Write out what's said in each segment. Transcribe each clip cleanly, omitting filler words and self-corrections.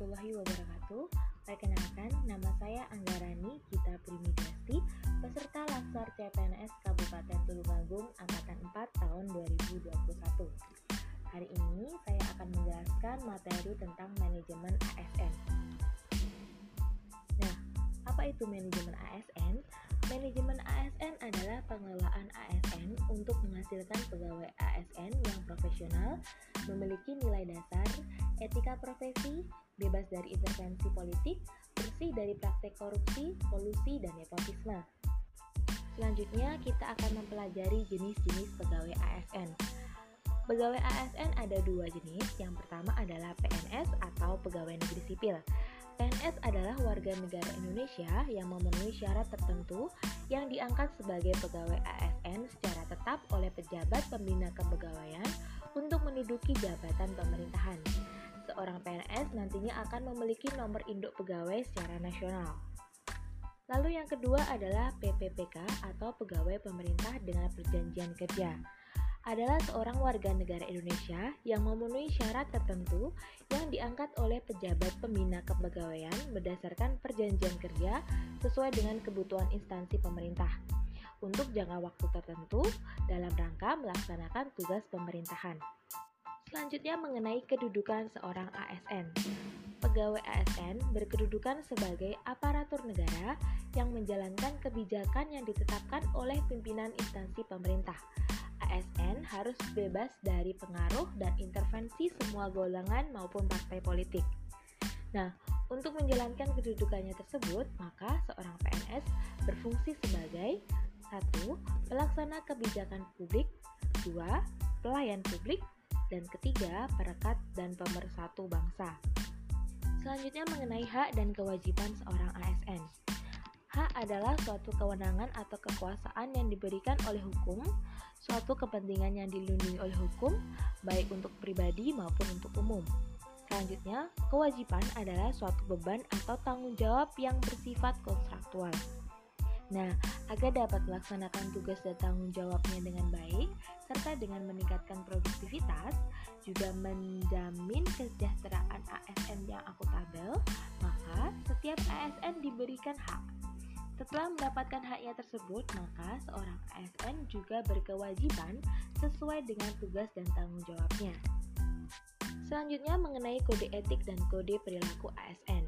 warahmatullahi wabarakatuh. Perkenalkan, nama saya Anggarani Gita Primidiasti, peserta Laksar CPNS Kabupaten Tulungagung Angkatan 4 tahun 2021. Hari ini saya akan menjelaskan materi tentang manajemen ASN. Nah, apa itu manajemen ASN? Manajemen ASN adalah pengelolaan ASN untuk menghasilkan pegawai ASN yang profesional, memiliki nilai dasar, etika profesi, bebas dari intervensi politik, bersih dari praktek korupsi, kolusi, dan nepotisme. Selanjutnya, kita akan mempelajari jenis-jenis pegawai ASN. Pegawai ASN ada dua jenis. Yang pertama adalah PNS atau pegawai negeri sipil. PNS adalah warga negara Indonesia yang memenuhi syarat tertentu yang diangkat sebagai pegawai ASN secara tetap oleh pejabat pembina kepegawaian untuk menduduki jabatan pemerintahan. Seorang PNS nantinya akan memiliki nomor induk pegawai secara nasional. Lalu yang kedua adalah PPPK atau pegawai pemerintah dengan perjanjian kerja. Adalah seorang warga negara Indonesia yang memenuhi syarat tertentu yang diangkat oleh pejabat pembina kepegawaian berdasarkan perjanjian kerja sesuai dengan kebutuhan instansi pemerintah untuk jangka waktu tertentu dalam rangka melaksanakan tugas pemerintahan. Selanjutnya mengenai kedudukan seorang ASN. Pegawai ASN berkedudukan sebagai aparatur negara yang menjalankan kebijakan yang ditetapkan oleh pimpinan instansi pemerintah. ASN harus bebas dari pengaruh dan intervensi semua golongan maupun partai politik. Nah, untuk menjalankan kedudukannya tersebut, maka seorang PNS berfungsi sebagai 1. Pelaksana kebijakan publik, 2. Pelayan publik, dan ketiga, perekat dan pemersatu bangsa. Selanjutnya mengenai hak dan kewajiban seorang ASN. Hak adalah suatu kewenangan atau kekuasaan yang diberikan oleh hukum, suatu kepentingan yang dilindungi oleh hukum, baik untuk pribadi maupun untuk umum. Selanjutnya, kewajiban adalah suatu beban atau tanggung jawab yang bersifat kontraktual. Nah, agar dapat melaksanakan tugas dan tanggung jawabnya dengan baik, serta dengan meningkatkan produktivitas, juga menjamin kesejahteraan ASN yang akuntabel, maka setiap ASN diberikan hak. Setelah mendapatkan haknya tersebut, maka seorang ASN juga berkewajiban sesuai dengan tugas dan tanggung jawabnya. Selanjutnya mengenai kode etik dan kode perilaku ASN.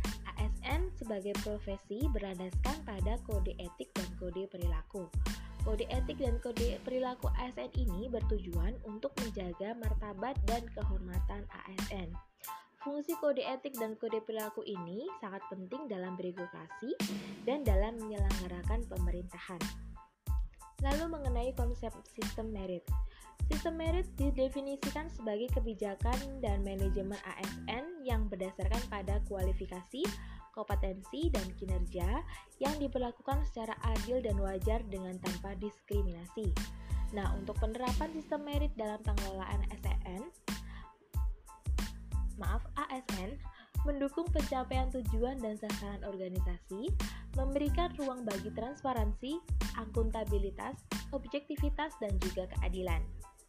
ASN sebagai profesi berlandaskan pada kode etik dan kode perilaku. Kode etik dan kode perilaku ASN ini bertujuan untuk menjaga martabat dan kehormatan ASN. Fungsi kode etik dan kode perilaku ini sangat penting dalam birokrasi dan dalam menyelenggarakan pemerintahan. Lalu mengenai konsep sistem merit. Sistem merit didefinisikan sebagai kebijakan dan manajemen ASN yang berdasarkan pada kualifikasi, kompetensi, dan kinerja yang diberlakukan secara adil dan wajar dengan tanpa diskriminasi. Nah, untuk penerapan sistem merit dalam pengelolaan ASN mendukung pencapaian tujuan dan sasaran organisasi, memberikan ruang bagi transparansi, akuntabilitas, objektivitas, dan juga keadilan.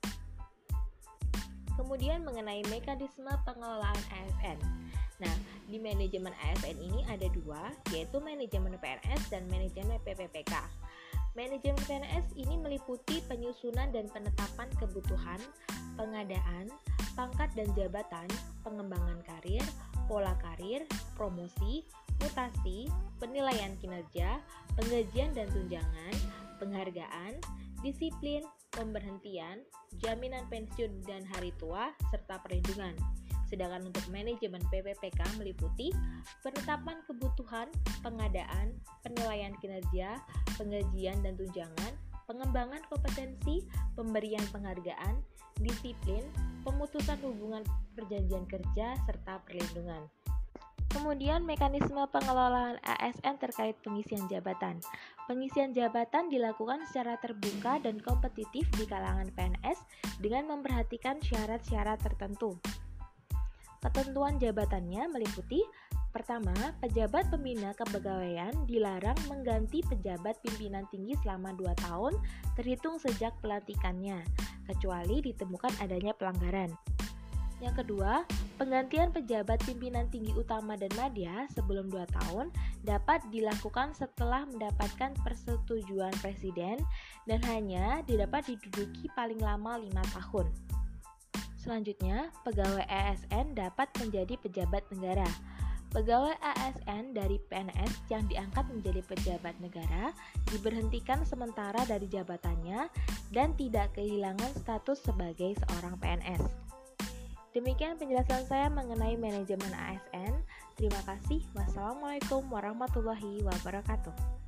Kemudian mengenai mekanisme pengelolaan ASN. Nah, di manajemen ASN ini ada dua, yaitu manajemen PNS dan manajemen PPPK. Manajemen PNS ini meliputi penyusunan dan penetapan kebutuhan, pengadaan, pangkat dan jabatan, pengembangan karir, pola karir, promosi, mutasi, penilaian kinerja, penggajian dan tunjangan, penghargaan, disiplin, pemberhentian, jaminan pensiun dan hari tua, serta perlindungan. Sedangkan untuk manajemen PPPK meliputi penetapan kebutuhan, pengadaan, penilaian kinerja, penggajian dan tunjangan, pengembangan kompetensi, pemberian penghargaan, disiplin, pemutusan hubungan perjanjian kerja, serta perlindungan. Kemudian mekanisme pengelolaan ASN terkait pengisian jabatan. Pengisian jabatan dilakukan secara terbuka dan kompetitif di kalangan PNS dengan memperhatikan syarat-syarat tertentu. Ketentuan jabatannya meliputi: pertama, pejabat pembina kepegawaian dilarang mengganti pejabat pimpinan tinggi selama 2 tahun terhitung sejak pelantikannya, kecuali ditemukan adanya pelanggaran. Yang kedua, penggantian pejabat pimpinan tinggi utama dan madya sebelum 2 tahun dapat dilakukan setelah mendapatkan persetujuan presiden dan hanya dapat diduduki paling lama 5 tahun. Selanjutnya, pegawai ASN dapat menjadi pejabat negara. Pegawai ASN dari PNS yang diangkat menjadi pejabat negara diberhentikan sementara dari jabatannya dan tidak kehilangan status sebagai seorang PNS. Demikian penjelasan saya mengenai manajemen ASN. Terima kasih. Wassalamualaikum warahmatullahi wabarakatuh.